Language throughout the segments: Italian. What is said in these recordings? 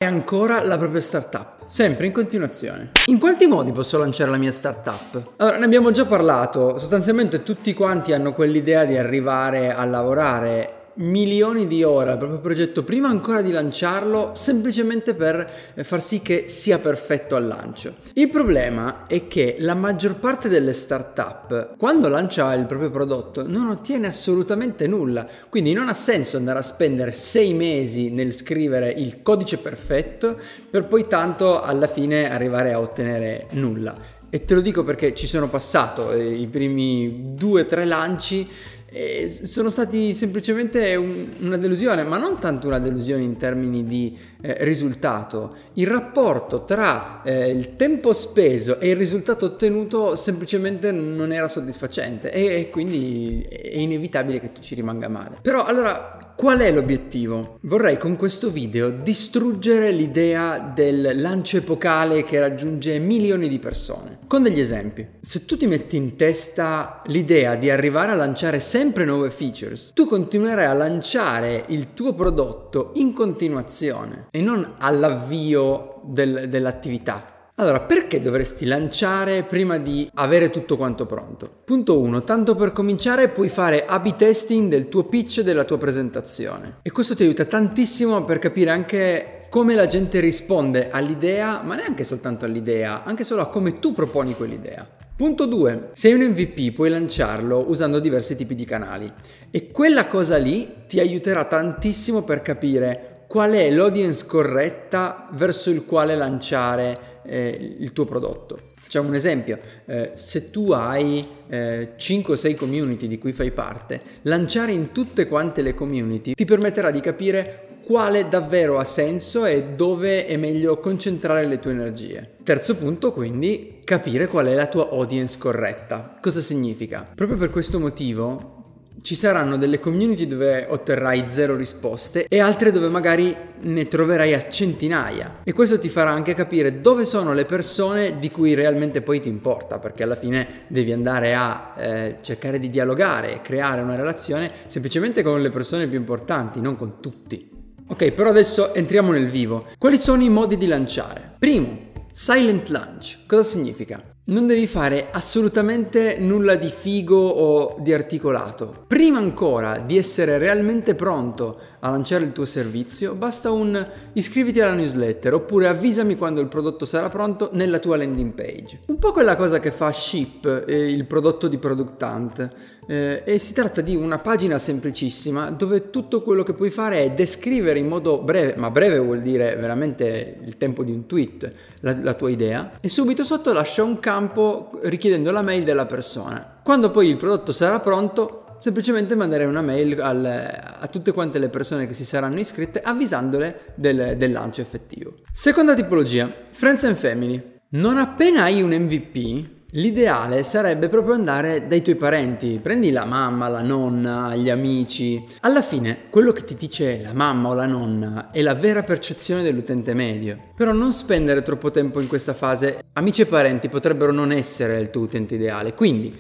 ancora la propria startup, sempre in continuazione. In quanti modi posso lanciare la mia startup? Allora, ne abbiamo già parlato, sostanzialmente tutti quanti hanno quell'idea di arrivare a lavorare milioni di ore al proprio progetto prima ancora di lanciarlo, semplicemente per far sì che sia perfetto al lancio. Il problema è che la maggior parte delle startup, quando lancia il proprio prodotto, non ottiene assolutamente nulla, quindi non ha senso andare a spendere 6 mesi nel scrivere il codice perfetto per poi tanto alla fine arrivare a ottenere nulla. E te lo dico perché ci sono passato, i primi 2-3 lanci sono stati semplicemente una delusione, ma non tanto una delusione in termini di risultato. Il rapporto tra il tempo speso e il risultato ottenuto semplicemente non era soddisfacente e quindi è inevitabile che tu ci rimanga male. Però allora, qual è l'obiettivo? Vorrei con questo video distruggere l'idea del lancio epocale che raggiunge milioni di persone. Con degli esempi. Se tu ti metti in testa l'idea di arrivare a lanciare sempre nuove features, tu continuerai a lanciare il tuo prodotto in continuazione e non all'avvio dell'attività. Allora, perché dovresti lanciare prima di avere tutto quanto pronto? Punto 1. Tanto per cominciare puoi fare A/B testing del tuo pitch e della tua presentazione. E questo ti aiuta tantissimo per capire anche come la gente risponde all'idea, ma neanche soltanto all'idea, anche solo a come tu proponi quell'idea. Punto 2. Se hai un MVP puoi lanciarlo usando diversi tipi di canali e quella cosa lì ti aiuterà tantissimo per capire qual è l'audience corretta verso il quale lanciare il tuo prodotto. Facciamo un esempio, se tu hai 5 o 6 community di cui fai parte, lanciare in tutte quante le community ti permetterà di capire quale davvero ha senso e dove è meglio concentrare le tue energie. Terzo punto, quindi, capire qual è la tua audience corretta. Cosa significa? Proprio per questo motivo ci saranno delle community dove otterrai 0 risposte e altre dove magari ne troverai a centinaia, e questo ti farà anche capire dove sono le persone di cui realmente poi ti importa, perché alla fine devi andare a cercare di dialogare, creare una relazione semplicemente con le persone più importanti, non con tutti. Ok, però adesso entriamo nel vivo. Quali sono i modi di lanciare? Primo, silent launch. Cosa significa? Non devi fare assolutamente nulla di figo o di articolato. Prima ancora di essere realmente pronto a lanciare il tuo servizio, basta un iscriviti alla newsletter oppure avvisami quando il prodotto sarà pronto nella tua landing page. Un po' quella cosa che fa Ship, il prodotto di Product Hunt, e si tratta di una pagina semplicissima dove tutto quello che puoi fare è descrivere in modo breve, ma breve vuol dire veramente il tempo di un tweet, la tua idea, e subito sotto lascia un campo richiedendo la mail della persona. Quando poi il prodotto sarà pronto, semplicemente mandare una mail a tutte quante le persone che si saranno iscritte avvisandole del lancio effettivo. Seconda tipologia, Friends and Family. Non appena hai un MVP, l'ideale sarebbe proprio andare dai tuoi parenti. Prendi la mamma, la nonna, gli amici. Alla fine, quello che ti dice la mamma o la nonna è la vera percezione dell'utente medio. Però non spendere troppo tempo in questa fase. Amici e parenti potrebbero non essere il tuo utente ideale, quindi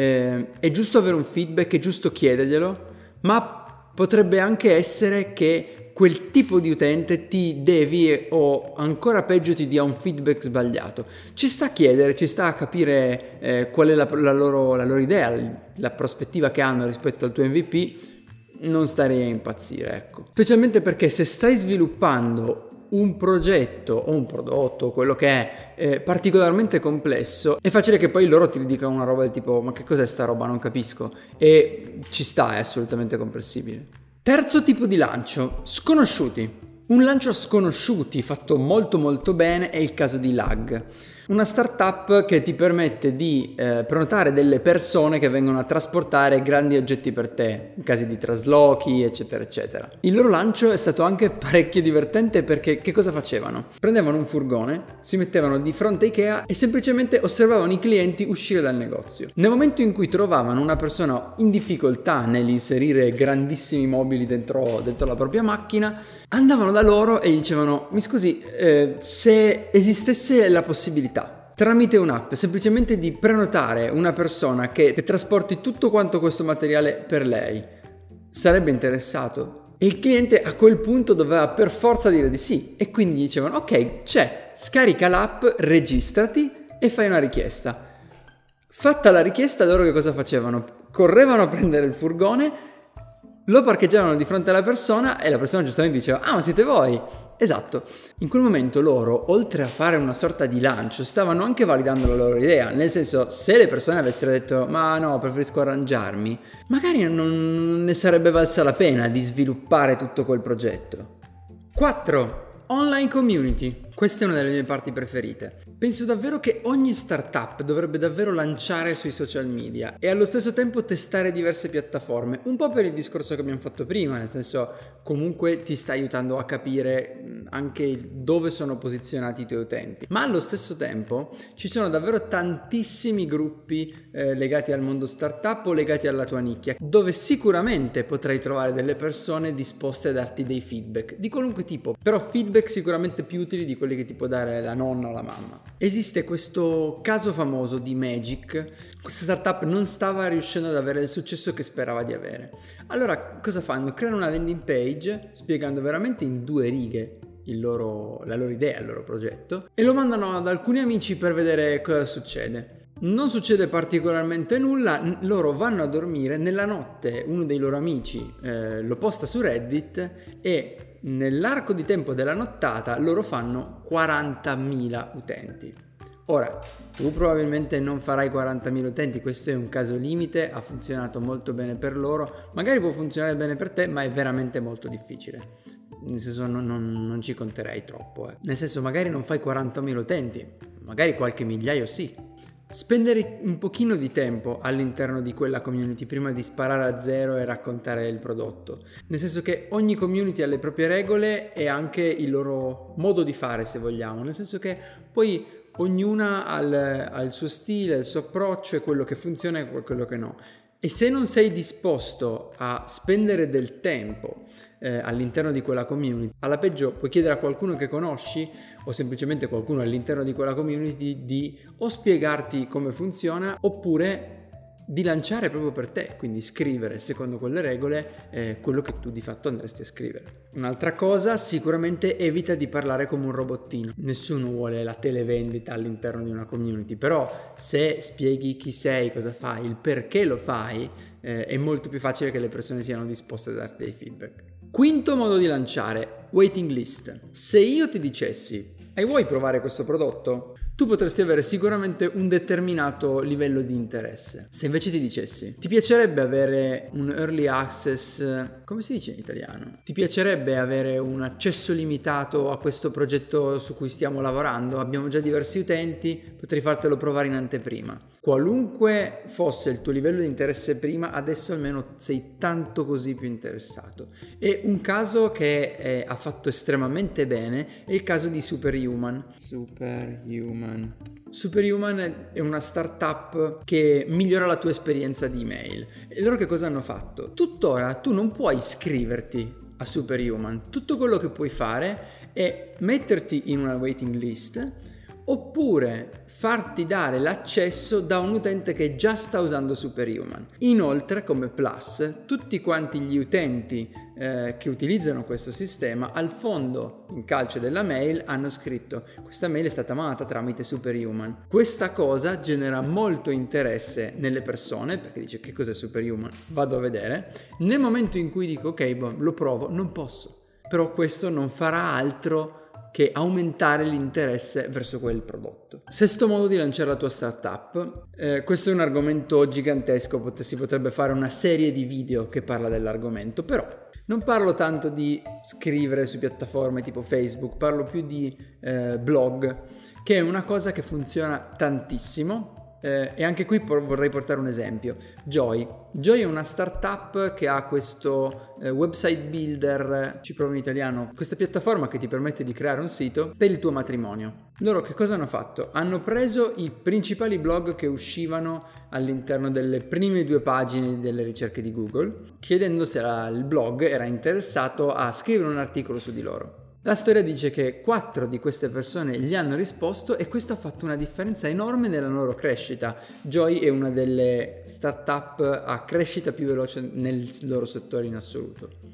è giusto avere un feedback, è giusto chiederglielo, ma potrebbe anche essere che quel tipo di utente ti devi, o ancora peggio ti dia un feedback sbagliato. Ci sta a chiedere, ci sta a capire qual è la loro idea, la prospettiva che hanno rispetto al tuo MVP. Non starei a impazzire, ecco. Specialmente perché se stai sviluppando un progetto o un prodotto, quello che è particolarmente complesso, è facile che poi loro ti dicano una roba del tipo: ma che cos'è sta roba, non capisco, e ci sta, è assolutamente comprensibile. Terzo tipo di lancio, sconosciuti. Un lancio a sconosciuti fatto molto molto bene è il caso di Lag, una startup che ti permette di prenotare delle persone che vengono a trasportare grandi oggetti per te, in casi di traslochi, eccetera eccetera. Il loro lancio è stato anche parecchio divertente perché che cosa facevano? Prendevano un furgone, si mettevano di fronte a Ikea e semplicemente osservavano i clienti uscire dal negozio. Nel momento in cui trovavano una persona in difficoltà nell'inserire grandissimi mobili dentro la propria macchina, andavano da loro e gli dicevano: mi scusi, se esistesse la possibilità tramite un'app semplicemente di prenotare una persona che trasporti tutto quanto questo materiale per lei, sarebbe interessato? E il cliente a quel punto doveva per forza dire di sì, e quindi dicevano ok, scarica l'app, registrati e fai una richiesta. Fatta la richiesta, loro che cosa facevano? Correvano a prendere il furgone, lo parcheggiavano di fronte alla persona e la persona giustamente diceva ma siete voi? Esatto, in quel momento loro, oltre a fare una sorta di lancio, stavano anche validando la loro idea, nel senso, se le persone avessero detto ma no, preferisco arrangiarmi, magari non ne sarebbe valsa la pena di sviluppare tutto quel progetto. 4. Online community. Questa è una delle mie parti preferite. Penso davvero che ogni startup dovrebbe davvero lanciare sui social media e allo stesso tempo testare diverse piattaforme, un po' per il discorso che abbiamo fatto prima, nel senso comunque ti sta aiutando a capire anche dove sono posizionati i tuoi utenti, ma allo stesso tempo ci sono davvero tantissimi gruppi legati al mondo startup o legati alla tua nicchia, dove sicuramente potrai trovare delle persone disposte a darti dei feedback di qualunque tipo, però feedback sicuramente più utili di quelli che ti può dare la nonna o la mamma. Esiste questo caso famoso di Magic. Questa startup non stava riuscendo ad avere il successo che sperava di avere. Allora cosa fanno? Creano una landing page spiegando veramente in 2 righe la loro idea, il loro progetto, e lo mandano ad alcuni amici per vedere cosa succede. Non succede particolarmente nulla, loro vanno a dormire, nella notte uno dei loro amici lo posta su Reddit e nell'arco di tempo della nottata loro fanno 40.000 utenti. Ora, tu probabilmente non farai 40.000 utenti, questo è un caso limite, ha funzionato molto bene per loro, magari può funzionare bene per te, ma è veramente molto difficile. Nel senso non ci conterei troppo. Nel senso magari non fai 40.000 utenti, magari qualche migliaio sì. Spendere un pochino di tempo all'interno di quella community prima di sparare a zero e raccontare il prodotto, nel senso che ogni community ha le proprie regole e anche il loro modo di fare, se vogliamo, nel senso che poi ognuna ha il suo stile, il suo approccio e quello che funziona e quello che no. E se non sei disposto a spendere del tempo all'interno di quella community, alla peggio puoi chiedere a qualcuno che conosci o semplicemente qualcuno all'interno di quella community di o spiegarti come funziona oppure di lanciare proprio per te, quindi scrivere secondo quelle regole quello che tu di fatto andresti a scrivere. Un'altra cosa, sicuramente evita di parlare come un robottino. Nessuno vuole la televendita all'interno di una community, però se spieghi chi sei, cosa fai, il perché lo fai, è molto più facile che le persone siano disposte a darti dei feedback. Quinto modo di lanciare, waiting list. Se io ti dicessi, vuoi provare questo prodotto? Tu potresti avere sicuramente un determinato livello di interesse. Se invece ti dicessi, ti piacerebbe avere un early access, come si dice in italiano? Ti piacerebbe avere un accesso limitato a questo progetto su cui stiamo lavorando? Abbiamo già diversi utenti, potrei fartelo provare in anteprima. Qualunque fosse il tuo livello di interesse prima, adesso almeno sei tanto così più interessato. E un caso che ha fatto estremamente bene è il caso di Superhuman. Superhuman è una startup che migliora la tua esperienza di email. E loro che cosa hanno fatto? Tuttora tu non puoi iscriverti a Superhuman. Tutto quello che puoi fare è metterti in una waiting list oppure farti dare l'accesso da un utente che già sta usando Superhuman. Inoltre, come plus, tutti quanti gli utenti che utilizzano questo sistema al fondo in calce della mail hanno scritto: questa mail è stata mandata tramite Superhuman. Questa cosa genera molto interesse nelle persone, perché dice: che cos'è Superhuman? Vado a vedere. Nel momento in cui dico ok, lo provo, non posso, però questo non farà altro che aumentare l'interesse verso quel prodotto. Sesto modo di lanciare la tua startup. Questo è un argomento gigantesco, si potrebbe fare una serie di video che parla dell'argomento, però non parlo tanto di scrivere su piattaforme tipo Facebook, parlo più di blog, che è una cosa che funziona tantissimo. E anche qui vorrei portare un esempio. Joy è una startup che ha questo website builder, ci provo in italiano, questa piattaforma che ti permette di creare un sito per il tuo matrimonio. Loro che cosa hanno fatto? Hanno preso i principali blog che uscivano all'interno delle prime 2 pagine delle ricerche di Google, chiedendo se il blog era interessato a scrivere un articolo su di loro. La storia dice che 4 di queste persone gli hanno risposto e questo ha fatto una differenza enorme nella loro crescita. Joy è una delle startup a crescita più veloce nel loro settore in assoluto.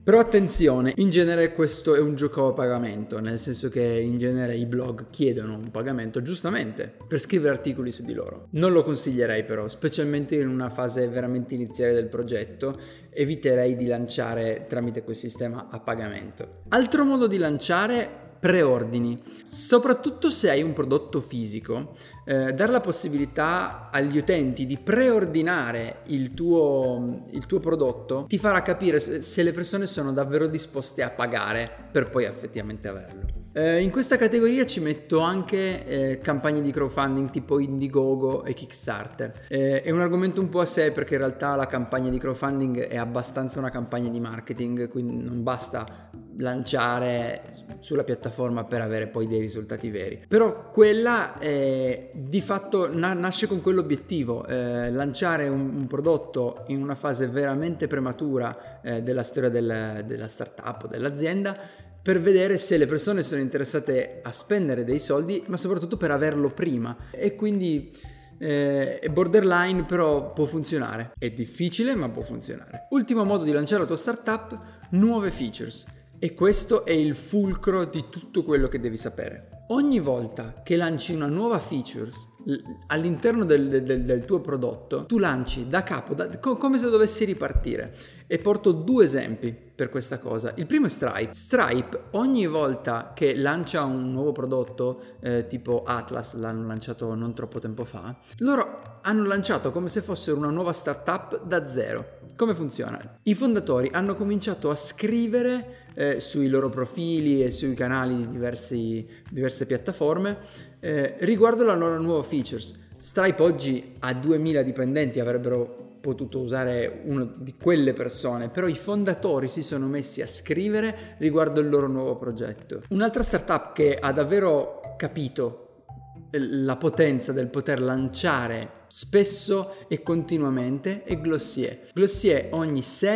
Però attenzione, in genere questo è un gioco a pagamento, nel senso che in genere i blog chiedono un pagamento, giustamente, per scrivere articoli su di loro. Non lo consiglierei però, specialmente in una fase veramente iniziale del progetto, eviterei di lanciare tramite quel sistema a pagamento. Altro modo di lanciare: preordini. Soprattutto se hai un prodotto fisico, dare la possibilità agli utenti di preordinare il tuo prodotto ti farà capire se le persone sono davvero disposte a pagare per poi effettivamente averlo. In questa categoria ci metto anche campagne di crowdfunding tipo Indiegogo e Kickstarter. È un argomento un po' a sé, perché in realtà la campagna di crowdfunding è abbastanza una campagna di marketing, quindi non basta lanciare sulla piattaforma per avere poi dei risultati veri. Però quella di fatto nasce con quell'obiettivo, lanciare un prodotto in una fase veramente prematura della storia della startup o dell'azienda, per vedere se le persone sono interessate a spendere dei soldi, ma soprattutto per averlo prima. E quindi è borderline, però può funzionare. È difficile, ma può funzionare. Ultimo modo di lanciare la tua startup: nuove features. E questo è il fulcro di tutto quello che devi sapere. Ogni volta che lanci una nuova features all'interno del tuo prodotto, tu lanci da capo, come se dovessi ripartire. E porto 2 esempi per questa cosa. Il primo è Stripe. Stripe ogni volta che lancia un nuovo prodotto, tipo Atlas, l'hanno lanciato non troppo tempo fa, loro hanno lanciato come se fossero una nuova startup da zero. Come funziona? I fondatori hanno cominciato a scrivere sui loro profili e sui canali di diverse piattaforme riguardo la loro nuova features. Stripe oggi ha 2000 dipendenti, avrebbero potuto usare una di quelle persone, però i fondatori si sono messi a scrivere riguardo il loro nuovo progetto. Un'altra startup che ha davvero capito la potenza del poter lanciare spesso e continuamente è Glossier. Glossier ogni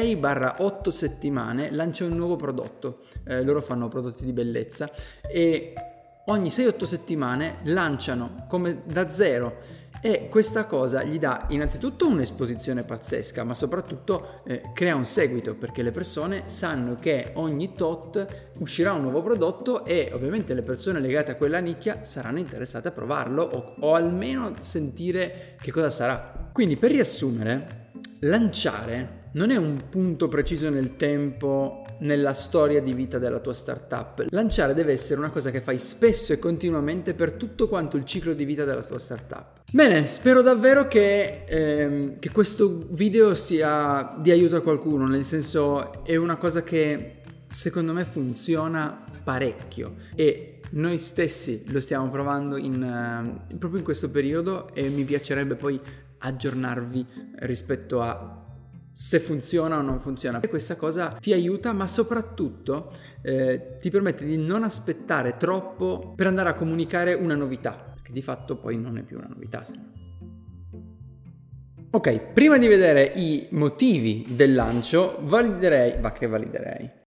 6-8 settimane lancia un nuovo prodotto. Loro fanno prodotti di bellezza e ogni 6-8 settimane lanciano come da zero. E questa cosa gli dà innanzitutto un'esposizione pazzesca, ma soprattutto crea un seguito, perché le persone sanno che ogni tot uscirà un nuovo prodotto e ovviamente le persone legate a quella nicchia saranno interessate a provarlo o almeno sentire che cosa sarà. Quindi, per riassumere, lanciare non è un punto preciso nel tempo, nella storia di vita della tua startup. Lanciare deve essere una cosa che fai spesso e continuamente per tutto quanto il ciclo di vita della tua startup. Bene, spero davvero che questo video sia di aiuto a qualcuno, nel senso è una cosa che secondo me funziona parecchio e noi stessi lo stiamo provando proprio in questo periodo, e mi piacerebbe poi aggiornarvi rispetto a se funziona o non funziona. E questa cosa ti aiuta, ma soprattutto ti permette di non aspettare troppo per andare a comunicare una novità, che di fatto poi non è più una novità. Ok, prima di vedere i motivi del lancio, validerei